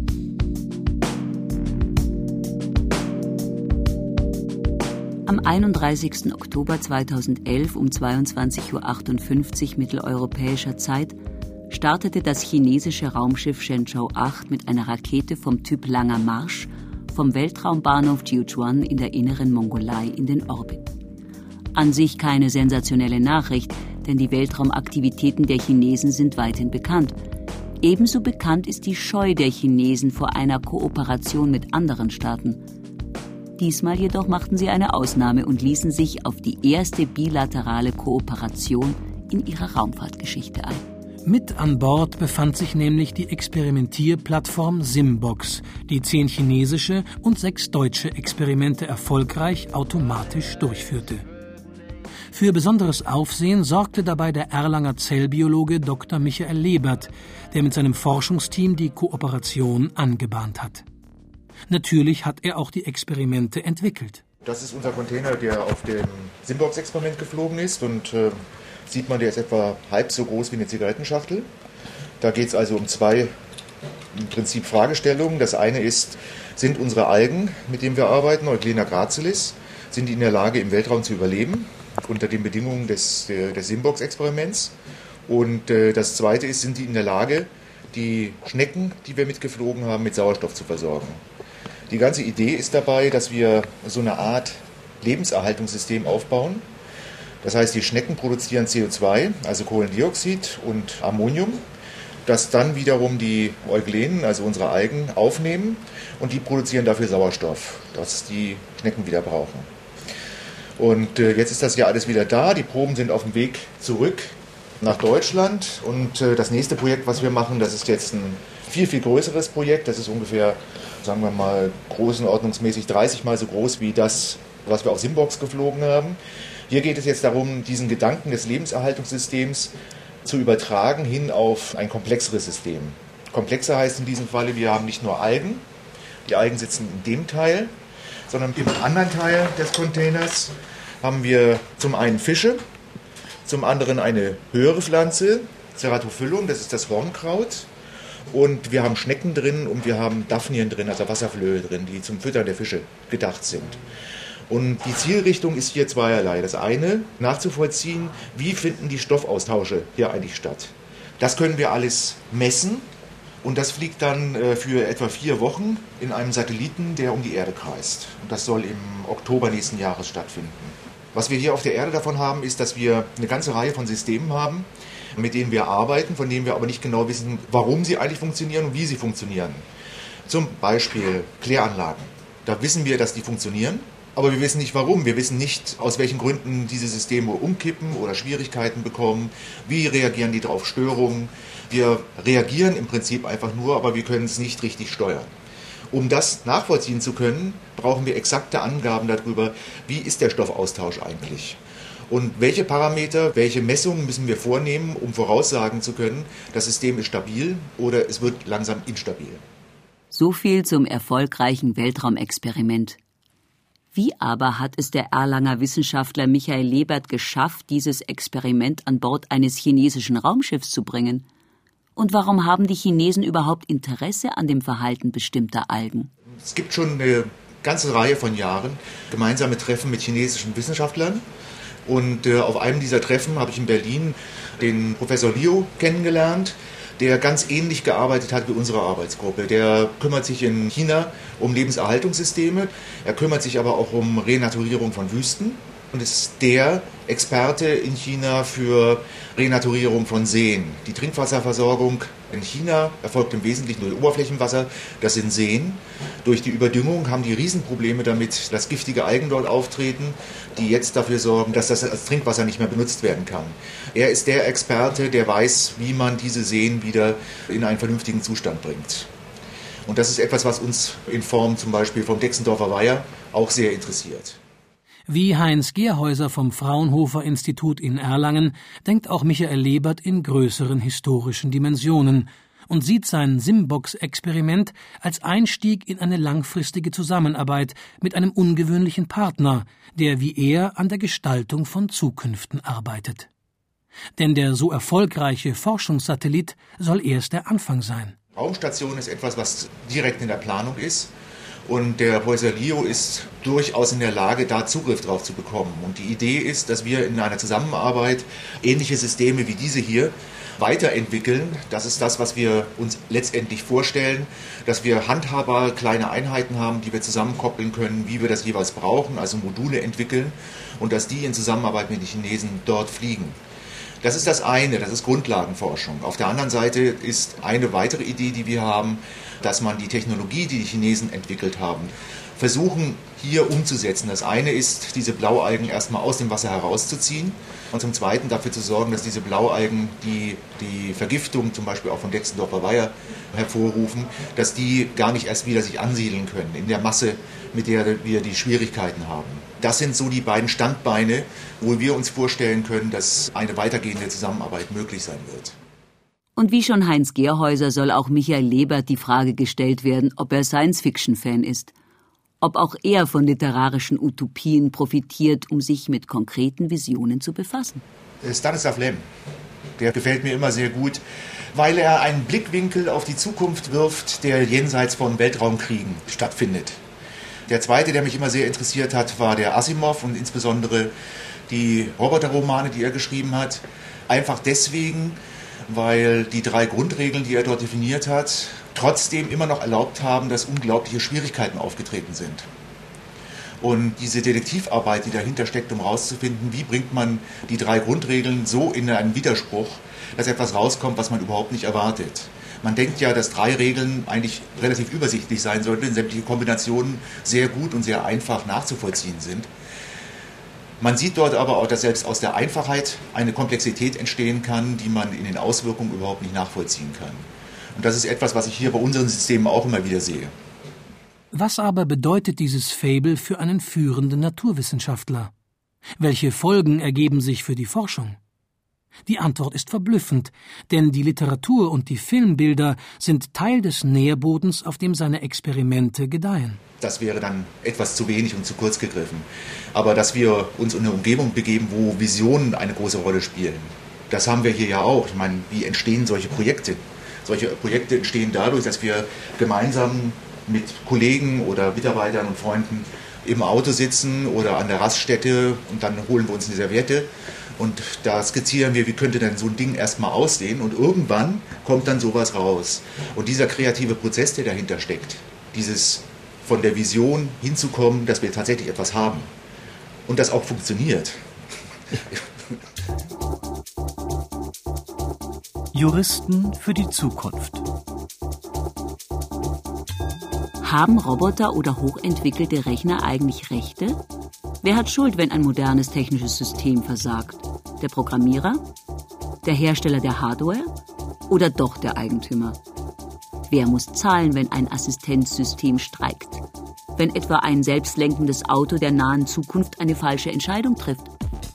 Am einunddreißigsten Oktober zweitausendelf um zweiundzwanzig Uhr achtundfünfzig mitteleuropäischer Zeit startete das chinesische Raumschiff Shenzhou acht mit einer Rakete vom Typ Langer Marsch vom Weltraumbahnhof Jiuquan in der inneren Mongolei in den Orbit. An sich keine sensationelle Nachricht, denn die Weltraumaktivitäten der Chinesen sind weithin bekannt. Ebenso bekannt ist die Scheu der Chinesen vor einer Kooperation mit anderen Staaten. Diesmal jedoch machten sie eine Ausnahme und ließen sich auf die erste bilaterale Kooperation in ihrer Raumfahrtgeschichte ein. Mit an Bord befand sich nämlich die Experimentierplattform Simbox, die zehn chinesische und sechs deutsche Experimente erfolgreich automatisch durchführte. Für besonderes Aufsehen sorgte dabei der Erlanger Zellbiologe Doktor Michael Lebert, der mit seinem Forschungsteam die Kooperation angebahnt hat. Natürlich hat er auch die Experimente entwickelt. Das ist unser Container, der auf dem Simbox-Experiment geflogen ist. Und äh, sieht man, der ist etwa halb so groß wie eine Zigarettenschachtel. Da geht es also um zwei im Prinzip Fragestellungen. Das eine ist, sind unsere Algen, mit denen wir arbeiten, Euglena gracilis, sind die in der Lage, im Weltraum zu überleben, unter den Bedingungen des, der, des Simbox-Experiments? Und äh, das zweite ist, sind die in der Lage, die Schnecken, die wir mitgeflogen haben, mit Sauerstoff zu versorgen? Die ganze Idee ist dabei, dass wir so eine Art Lebenserhaltungssystem aufbauen. Das heißt, die Schnecken produzieren C O zwei, also Kohlendioxid und Ammonium, das dann wiederum die Euglenen, also unsere Algen, aufnehmen und die produzieren dafür Sauerstoff, das die Schnecken wieder brauchen. Und äh, jetzt ist das ja alles wieder da, die Proben sind auf dem Weg zurück nach Deutschland und äh, das nächste Projekt, was wir machen, das ist jetzt ein viel, viel größeres Projekt, das ist ungefähr, sagen wir mal, größenordnungsmäßig dreißig Mal so groß wie das, was wir auf Simbox geflogen haben. Hier geht es jetzt darum, diesen Gedanken des Lebenserhaltungssystems zu übertragen hin auf ein komplexeres System. Komplexer heißt in diesem Falle, wir haben nicht nur Algen, die Algen sitzen in dem Teil, sondern im anderen Teil des Containers haben wir zum einen Fische, zum anderen eine höhere Pflanze, Ceratophyllum, das ist das Hornkraut. Und wir haben Schnecken drin und wir haben Daphnien drin, also Wasserflöhe drin, die zum Füttern der Fische gedacht sind. Und die Zielrichtung ist hier zweierlei. Das eine, nachzuvollziehen, wie finden die Stoffaustausche hier eigentlich statt. Das können wir alles messen und das fliegt dann für etwa vier Wochen in einem Satelliten, der um die Erde kreist. Und das soll im Oktober nächsten Jahres stattfinden. Was wir hier auf der Erde davon haben, ist, dass wir eine ganze Reihe von Systemen haben, mit denen wir arbeiten, von denen wir aber nicht genau wissen, warum sie eigentlich funktionieren und wie sie funktionieren. Zum Beispiel Kläranlagen. Da wissen wir, dass die funktionieren. Aber wir wissen nicht warum, wir wissen nicht, aus welchen Gründen diese Systeme umkippen oder Schwierigkeiten bekommen, wie reagieren die darauf Störungen. Wir reagieren im Prinzip einfach nur, aber wir können es nicht richtig steuern. Um das nachvollziehen zu können, brauchen wir exakte Angaben darüber, wie ist der Stoffaustausch eigentlich. Und welche Parameter, welche Messungen müssen wir vornehmen, um voraussagen zu können, das System ist stabil oder es wird langsam instabil. So viel zum erfolgreichen Weltraumexperiment. Wie aber hat es der Erlanger Wissenschaftler Michael Lebert geschafft, dieses Experiment an Bord eines chinesischen Raumschiffs zu bringen? Und warum haben die Chinesen überhaupt Interesse an dem Verhalten bestimmter Algen? Es gibt schon eine ganze Reihe von Jahren gemeinsame Treffen mit chinesischen Wissenschaftlern. Und äh, auf einem dieser Treffen habe ich in Berlin den Professor Liu kennengelernt, der ganz ähnlich gearbeitet hat wie unsere Arbeitsgruppe. Der kümmert sich in China um Lebenserhaltungssysteme, er kümmert sich aber auch um Renaturierung von Wüsten und ist der Experte in China für Renaturierung von Seen. Die Trinkwasserversorgung in China erfolgt im Wesentlichen durch Oberflächenwasser, das sind Seen. Durch die Überdüngung haben die Riesenprobleme damit, dass giftige Algen dort auftreten, die jetzt dafür sorgen, dass das als Trinkwasser nicht mehr benutzt werden kann. Er ist der Experte, der weiß, wie man diese Seen wieder in einen vernünftigen Zustand bringt. Und das ist etwas, was uns in Form zum Beispiel vom Dexendorfer Weiher auch sehr interessiert. Wie Heinz Gerhäuser vom Fraunhofer Institut in Erlangen denkt auch Michael Lebert in größeren historischen Dimensionen und sieht sein Simbox-Experiment als Einstieg in eine langfristige Zusammenarbeit mit einem ungewöhnlichen Partner, der wie er an der Gestaltung von Zukünften arbeitet. Denn der so erfolgreiche Forschungssatellit soll erst der Anfang sein. Raumstation ist etwas, was direkt in der Planung ist. Und der Professor Liu ist durchaus in der Lage, da Zugriff drauf zu bekommen. Und die Idee ist, dass wir in einer Zusammenarbeit ähnliche Systeme wie diese hier weiterentwickeln. Das ist das, was wir uns letztendlich vorstellen, dass wir handhabbare kleine Einheiten haben, die wir zusammenkoppeln können, wie wir das jeweils brauchen, also Module entwickeln und dass die in Zusammenarbeit mit den Chinesen dort fliegen. Das ist das eine, das ist Grundlagenforschung. Auf der anderen Seite ist eine weitere Idee, die wir haben, dass man die Technologie, die die Chinesen entwickelt haben, versuchen hier umzusetzen. Das eine ist, diese Blaualgen erstmal aus dem Wasser herauszuziehen und zum Zweiten dafür zu sorgen, dass diese Blaualgen, die die Vergiftung zum Beispiel auch von Dexendorfer Weiher hervorrufen, dass die gar nicht erst wieder sich ansiedeln können in der Masse, mit der wir die Schwierigkeiten haben. Das sind so die beiden Standbeine, wo wir uns vorstellen können, dass eine weitergehende Zusammenarbeit möglich sein wird. Und wie schon Heinz Gerhäuser soll auch Michael Lebert die Frage gestellt werden, ob er Science-Fiction-Fan ist. Ob auch er von literarischen Utopien profitiert, um sich mit konkreten Visionen zu befassen. Stanislav Lem, der gefällt mir immer sehr gut, weil er einen Blickwinkel auf die Zukunft wirft, der jenseits von Weltraumkriegen stattfindet. Der zweite, der mich immer sehr interessiert hat, war der Asimov und insbesondere die Roboterromane, die er geschrieben hat. Einfach deswegen, weil die drei Grundregeln, die er dort definiert hat, trotzdem immer noch erlaubt haben, dass unglaubliche Schwierigkeiten aufgetreten sind. Und diese Detektivarbeit, die dahinter steckt, um herauszufinden, wie bringt man die drei Grundregeln so in einen Widerspruch, dass etwas rauskommt, was man überhaupt nicht erwartet. Man denkt ja, dass drei Regeln eigentlich relativ übersichtlich sein sollten, denn sämtliche Kombinationen sehr gut und sehr einfach nachzuvollziehen sind. Man sieht dort aber auch, dass selbst aus der Einfachheit eine Komplexität entstehen kann, die man in den Auswirkungen überhaupt nicht nachvollziehen kann. Und das ist etwas, was ich hier bei unseren Systemen auch immer wieder sehe. Was aber bedeutet dieses Faible für einen führenden Naturwissenschaftler? Welche Folgen ergeben sich für die Forschung? Die Antwort ist verblüffend, denn die Literatur und die Filmbilder sind Teil des Nährbodens, auf dem seine Experimente gedeihen. Das wäre dann etwas zu wenig und zu kurz gegriffen. Aber dass wir uns in eine Umgebung begeben, wo Visionen eine große Rolle spielen, das haben wir hier ja auch. Ich meine, wie entstehen solche Projekte? Solche Projekte entstehen dadurch, dass wir gemeinsam mit Kollegen oder Mitarbeitern und Freunden im Auto sitzen oder an der Raststätte und dann holen wir uns eine Serviette und da skizzieren wir, wie könnte denn so ein Ding erstmal aussehen und irgendwann kommt dann sowas raus. Und dieser kreative Prozess, der dahinter steckt, dieses von der Vision hinzukommen, dass wir tatsächlich etwas haben und das auch funktioniert. Juristen für die Zukunft. Haben Roboter oder hochentwickelte Rechner eigentlich Rechte? Wer hat Schuld, wenn ein modernes technisches System versagt? Der Programmierer? Der Hersteller der Hardware? Oder doch der Eigentümer? Wer muss zahlen, wenn ein Assistenzsystem streikt? Wenn etwa ein selbstlenkendes Auto der nahen Zukunft eine falsche Entscheidung trifft?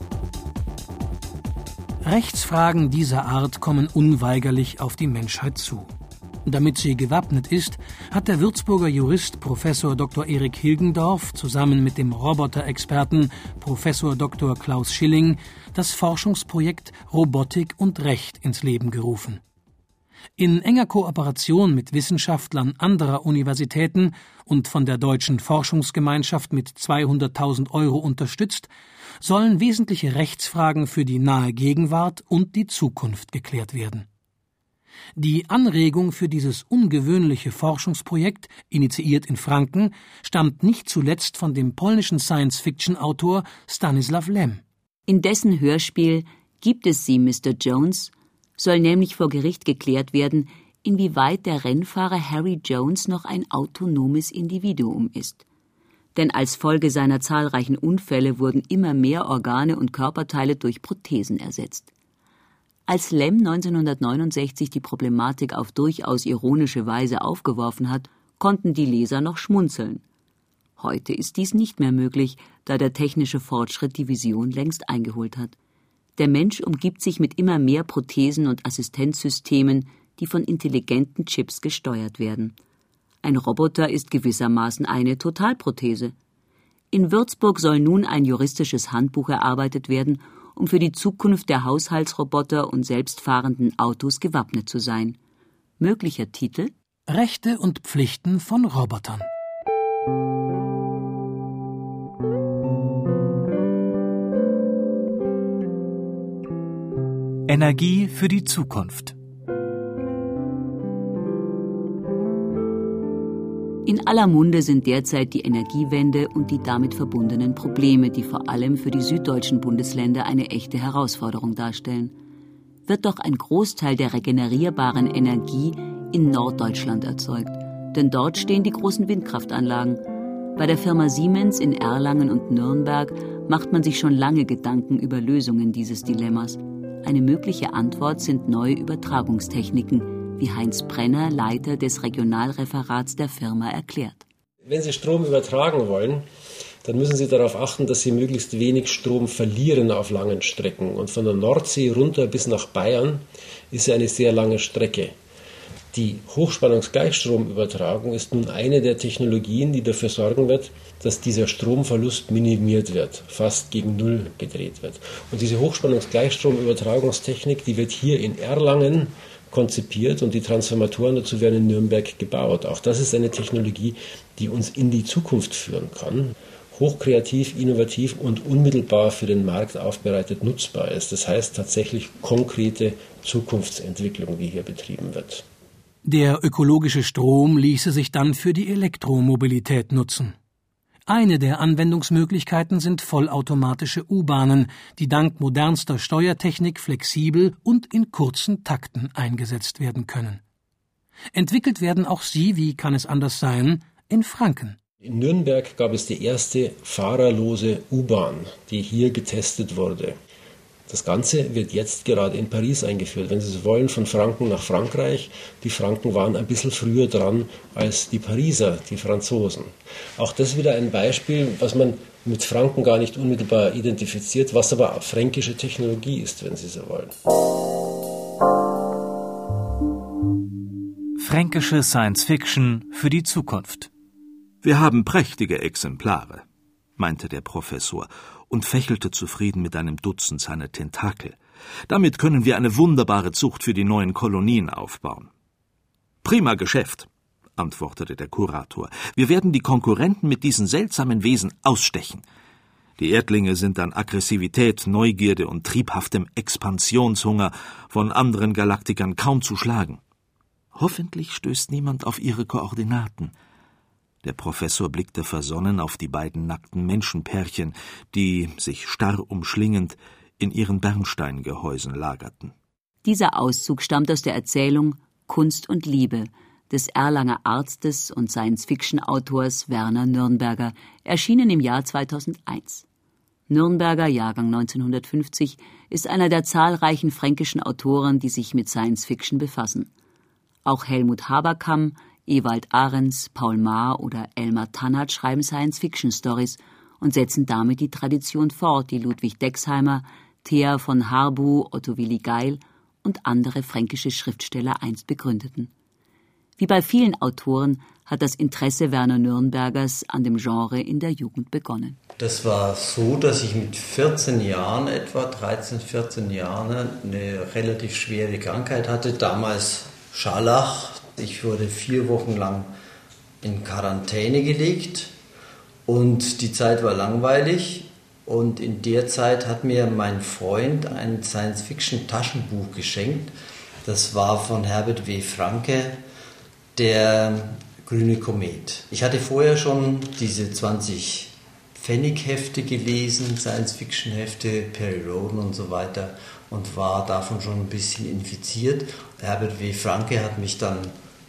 Rechtsfragen dieser Art kommen unweigerlich auf die Menschheit zu. Damit sie gewappnet ist, hat der Würzburger Jurist Professor Doktor Erik Hilgendorf zusammen mit dem Roboterexperten Professor Doktor Klaus Schilling das Forschungsprojekt Robotik und Recht ins Leben gerufen. In enger Kooperation mit Wissenschaftlern anderer Universitäten und von der Deutschen Forschungsgemeinschaft mit zweihunderttausend Euro unterstützt, sollen wesentliche Rechtsfragen für die nahe Gegenwart und die Zukunft geklärt werden. Die Anregung für dieses ungewöhnliche Forschungsprojekt, initiiert in Franken, stammt nicht zuletzt von dem polnischen Science-Fiction-Autor Stanisław Lem. In dessen Hörspiel Gibt es sie, Mister Jones? Soll nämlich vor Gericht geklärt werden, inwieweit der Rennfahrer Harry Jones noch ein autonomes Individuum ist. Denn als Folge seiner zahlreichen Unfälle wurden immer mehr Organe und Körperteile durch Prothesen ersetzt. Als Lem neunzehnhundertneunundsechzig die Problematik auf durchaus ironische Weise aufgeworfen hat, konnten die Leser noch schmunzeln. Heute ist dies nicht mehr möglich, da der technische Fortschritt die Vision längst eingeholt hat. Der Mensch umgibt sich mit immer mehr Prothesen und Assistenzsystemen, die von intelligenten Chips gesteuert werden. Ein Roboter ist gewissermaßen eine Totalprothese. In Würzburg soll nun ein juristisches Handbuch erarbeitet werden, um für die Zukunft der Haushaltsroboter und selbstfahrenden Autos gewappnet zu sein. Möglicher Titel: Rechte und Pflichten von Robotern. Energie für die Zukunft. In aller Munde sind derzeit die Energiewende und die damit verbundenen Probleme, die vor allem für die süddeutschen Bundesländer eine echte Herausforderung darstellen. Wird doch ein Großteil der regenerierbaren Energie in Norddeutschland erzeugt, denn dort stehen die großen Windkraftanlagen. Bei der Firma Siemens in Erlangen und Nürnberg macht man sich schon lange Gedanken über Lösungen dieses Dilemmas. Eine mögliche Antwort sind neue Übertragungstechniken, wie Heinz Brenner, Leiter des Regionalreferats der Firma, erklärt. Wenn Sie Strom übertragen wollen, dann müssen Sie darauf achten, dass Sie möglichst wenig Strom verlieren auf langen Strecken. Und von der Nordsee runter bis nach Bayern ist ja eine sehr lange Strecke. Die Hochspannungsgleichstromübertragung ist nun eine der Technologien, die dafür sorgen wird, dass dieser Stromverlust minimiert wird, fast gegen Null gedreht wird. Und diese Hochspannungsgleichstromübertragungstechnik, die wird hier in Erlangen konzipiert und die Transformatoren dazu werden in Nürnberg gebaut. Auch das ist eine Technologie, die uns in die Zukunft führen kann, hochkreativ, innovativ und unmittelbar für den Markt aufbereitet nutzbar ist. Das heißt tatsächlich konkrete Zukunftsentwicklung, die hier betrieben wird. Der ökologische Strom ließe sich dann für die Elektromobilität nutzen. Eine der Anwendungsmöglichkeiten sind vollautomatische U-Bahnen, die dank modernster Steuertechnik flexibel und in kurzen Takten eingesetzt werden können. Entwickelt werden auch sie, wie kann es anders sein, in Franken. In Nürnberg gab es die erste fahrerlose U-Bahn, die hier getestet wurde. Das Ganze wird jetzt gerade in Paris eingeführt. Wenn Sie so wollen, von Franken nach Frankreich. Die Franken waren ein bisschen früher dran als die Pariser, die Franzosen. Auch das wieder ein Beispiel, was man mit Franken gar nicht unmittelbar identifiziert, was aber fränkische Technologie ist, wenn Sie so wollen. Fränkische Science-Fiction für die Zukunft. Wir haben prächtige Exemplare, meinte der Professor und fächelte zufrieden mit einem Dutzend seiner Tentakel. Damit können wir eine wunderbare Zucht für die neuen Kolonien aufbauen. Prima Geschäft. antwortete der Kurator. »Wir werden die Konkurrenten mit diesen seltsamen Wesen ausstechen. Die Erdlinge sind an Aggressivität, Neugierde und triebhaftem Expansionshunger von anderen Galaktikern kaum zu schlagen. Hoffentlich stößt niemand auf ihre Koordinaten.« Der Professor blickte versonnen auf die beiden nackten Menschenpärchen, die, sich starr umschlingend, in ihren Bernsteingehäusen lagerten. Dieser Auszug stammt aus der Erzählung »Kunst und Liebe« des Erlanger Arztes und Science-Fiction-Autors Werner Nürnberger, erschienen im Jahr zweitausendeins. Nürnberger, Jahrgang neunzehnhundertfünfzig, ist einer der zahlreichen fränkischen Autoren, die sich mit Science-Fiction befassen. Auch Helmut Haberkamm, Ewald Ahrens, Paul Maar oder Elmar Tannert schreiben Science-Fiction-Stories und setzen damit die Tradition fort, die Ludwig Dexheimer, Thea von Harbu, Otto Willi Geil und andere fränkische Schriftsteller einst begründeten. Wie bei vielen Autoren hat das Interesse Werner Nürnbergers an dem Genre in der Jugend begonnen. Das war so, dass ich mit vierzehn Jahren, etwa dreizehn, vierzehn Jahren, eine relativ schwere Krankheit hatte, damals Scharlach. Ich wurde vier Wochen lang in Quarantäne gelegt und die Zeit war langweilig. Und in der Zeit hat mir mein Freund ein Science-Fiction-Taschenbuch geschenkt. Das war von Herbert W. Franke, Der grüne Komet. Ich hatte vorher schon diese zwanzig Pfennig-Hefte gelesen, Science-Fiction-Hefte, Perry Rhodan und so weiter, und war davon schon ein bisschen infiziert. Herbert W. Franke hat mich dann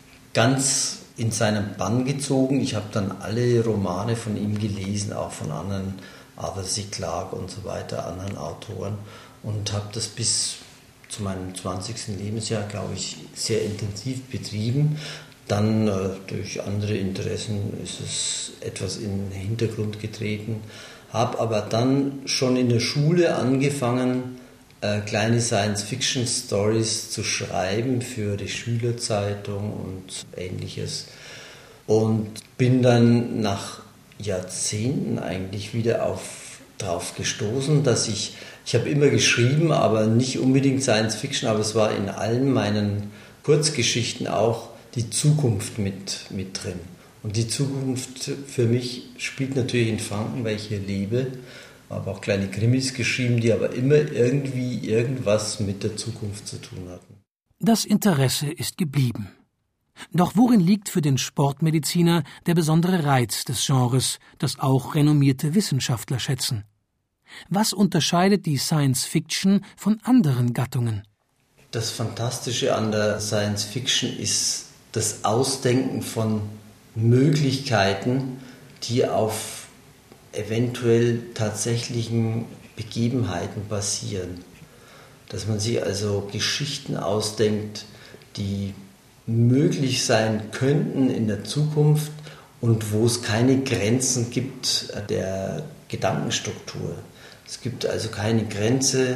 ganz in seinen Bann gezogen. Ich habe dann alle Romane von ihm gelesen, auch von anderen, Arthur C. Clarke und so weiter, anderen Autoren, und habe das bis zu meinem zwanzigsten Lebensjahr, glaube ich, sehr intensiv betrieben. Dann äh, durch andere Interessen ist es etwas in den Hintergrund getreten. Habe aber dann schon in der Schule angefangen, äh, kleine Science-Fiction-Stories zu schreiben für die Schülerzeitung und Ähnliches. Und bin dann nach Jahrzehnten eigentlich wieder auf, darauf gestoßen, dass ich, ich habe immer geschrieben, aber nicht unbedingt Science-Fiction, aber es war in allen meinen Kurzgeschichten auch die Zukunft mit, mit drin. Und die Zukunft für mich spielt natürlich in Franken, weil ich hier lebe. Ich habe auch kleine Krimis geschrieben, die aber immer irgendwie irgendwas mit der Zukunft zu tun hatten. Das Interesse ist geblieben. Doch worin liegt für den Sportmediziner der besondere Reiz des Genres, das auch renommierte Wissenschaftler schätzen? Was unterscheidet die Science-Fiction von anderen Gattungen? Das Fantastische an der Science-Fiction ist das Ausdenken von Möglichkeiten, die auf eventuell tatsächlichen Begebenheiten basieren. Dass man sich also Geschichten ausdenkt, die möglich sein könnten in der Zukunft und wo es keine Grenzen gibt der Gedankenstruktur. Es gibt also keine Grenze,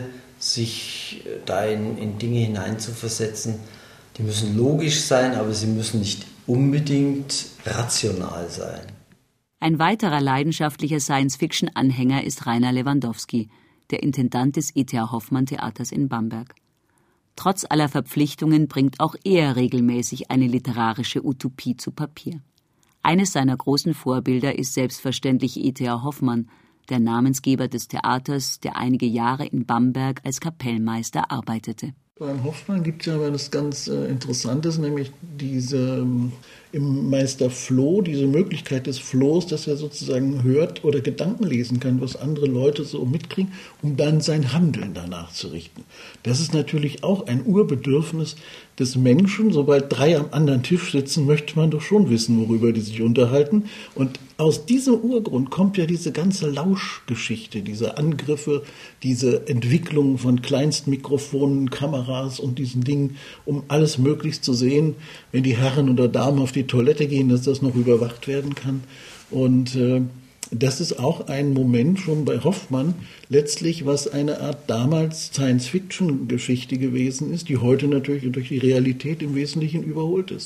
sich da in, in Dinge hineinzuversetzen. Die müssen logisch sein, aber sie müssen nicht unbedingt rational sein. Ein weiterer leidenschaftlicher Science-Fiction-Anhänger ist Rainer Lewandowski, der Intendant des E T H Hoffmann Theaters in Bamberg. Trotz aller Verpflichtungen bringt auch er regelmäßig eine literarische Utopie zu Papier. Eines seiner großen Vorbilder ist selbstverständlich E T H Hoffmann, der Namensgeber des Theaters, der einige Jahre in Bamberg als Kapellmeister arbeitete. Beim Hoffmann gibt es ja was ganz äh, Interessantes, nämlich diese ähm, im Meister Floh, diese Möglichkeit des Flohs, dass er sozusagen hört oder Gedanken lesen kann, was andere Leute so mitkriegen, um dann sein Handeln danach zu richten. Das ist natürlich auch ein Urbedürfnis des Menschen. Sobald drei am anderen Tisch sitzen, möchte man doch schon wissen, worüber die sich unterhalten. Und aus diesem Urgrund kommt ja diese ganze Lauschgeschichte, diese Angriffe, diese Entwicklung von Kleinstmikrofonen, Kameras und diesen Dingen, um alles möglichst zu sehen, wenn die Herren oder Damen auf die Toilette gehen, dass das noch überwacht werden kann. Und äh, das ist auch ein Moment schon bei Hoffmann letztlich, was eine Art damals Science-Fiction-Geschichte gewesen ist, die heute natürlich durch die Realität im Wesentlichen überholt ist.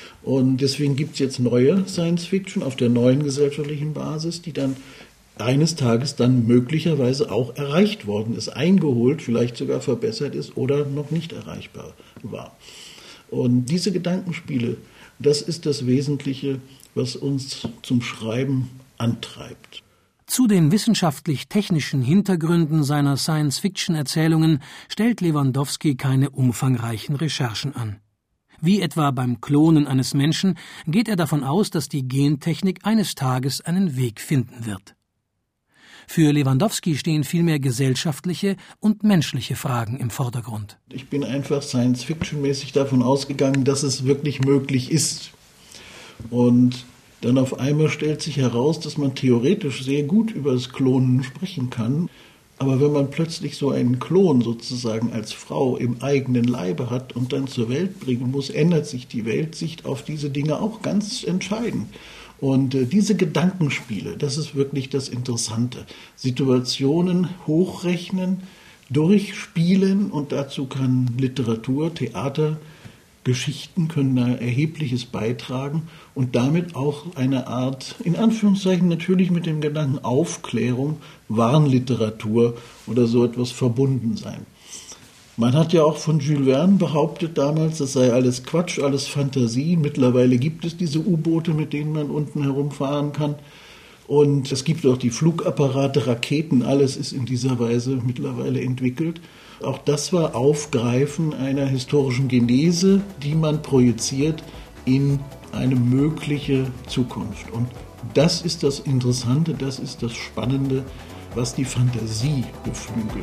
Und deswegen gibt es jetzt neue Science-Fiction auf der neuen gesellschaftlichen Basis, die dann eines Tages dann möglicherweise auch erreicht worden ist, eingeholt, vielleicht sogar verbessert ist oder noch nicht erreichbar war. Und diese Gedankenspiele Das ist das Wesentliche, was uns zum Schreiben antreibt. Zu den wissenschaftlich-technischen Hintergründen seiner Science-Fiction-Erzählungen stellt Lewandowski keine umfangreichen Recherchen an. Wie etwa beim Klonen eines Menschen geht er davon aus, dass die Gentechnik eines Tages einen Weg finden wird. Für Lewandowski stehen vielmehr gesellschaftliche und menschliche Fragen im Vordergrund. Ich bin einfach Science-Fiction-mäßig davon ausgegangen, dass es wirklich möglich ist. Und dann auf einmal stellt sich heraus, dass man theoretisch sehr gut über das Klonen sprechen kann. Aber wenn man plötzlich so einen Klon sozusagen als Frau im eigenen Leibe hat und dann zur Welt bringen muss, ändert sich die Weltsicht auf diese Dinge auch ganz entscheidend. Und äh, diese Gedankenspiele, das ist wirklich das Interessante. Situationen hochrechnen, durchspielen, und dazu kann Literatur, Theater, Geschichten können da Erhebliches beitragen und damit auch eine Art, in Anführungszeichen natürlich mit dem Gedanken Aufklärung, Warnliteratur oder so etwas verbunden sein. Man hat ja auch von Jules Verne behauptet damals, das sei alles Quatsch, alles Fantasie. Mittlerweile gibt es diese U-Boote, mit denen man unten herumfahren kann. Und es gibt auch die Flugapparate, Raketen, alles ist in dieser Weise mittlerweile entwickelt. Auch das war Aufgreifen einer historischen Genese, die man projiziert in eine mögliche Zukunft. Und das ist das Interessante, das ist das Spannende, was die Fantasie beflügelt.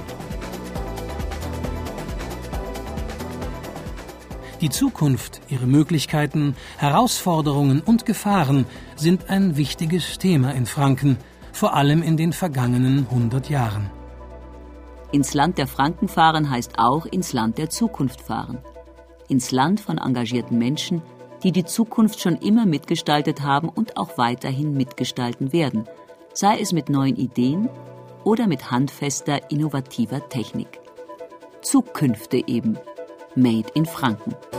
Die Zukunft, ihre Möglichkeiten, Herausforderungen und Gefahren sind ein wichtiges Thema in Franken, vor allem in den vergangenen hundert Jahren. Ins Land der Franken fahren heißt auch ins Land der Zukunft fahren. Ins Land von engagierten Menschen, die die Zukunft schon immer mitgestaltet haben und auch weiterhin mitgestalten werden, sei es mit neuen Ideen oder mit handfester, innovativer Technik. Zukünfte eben, made in Franken.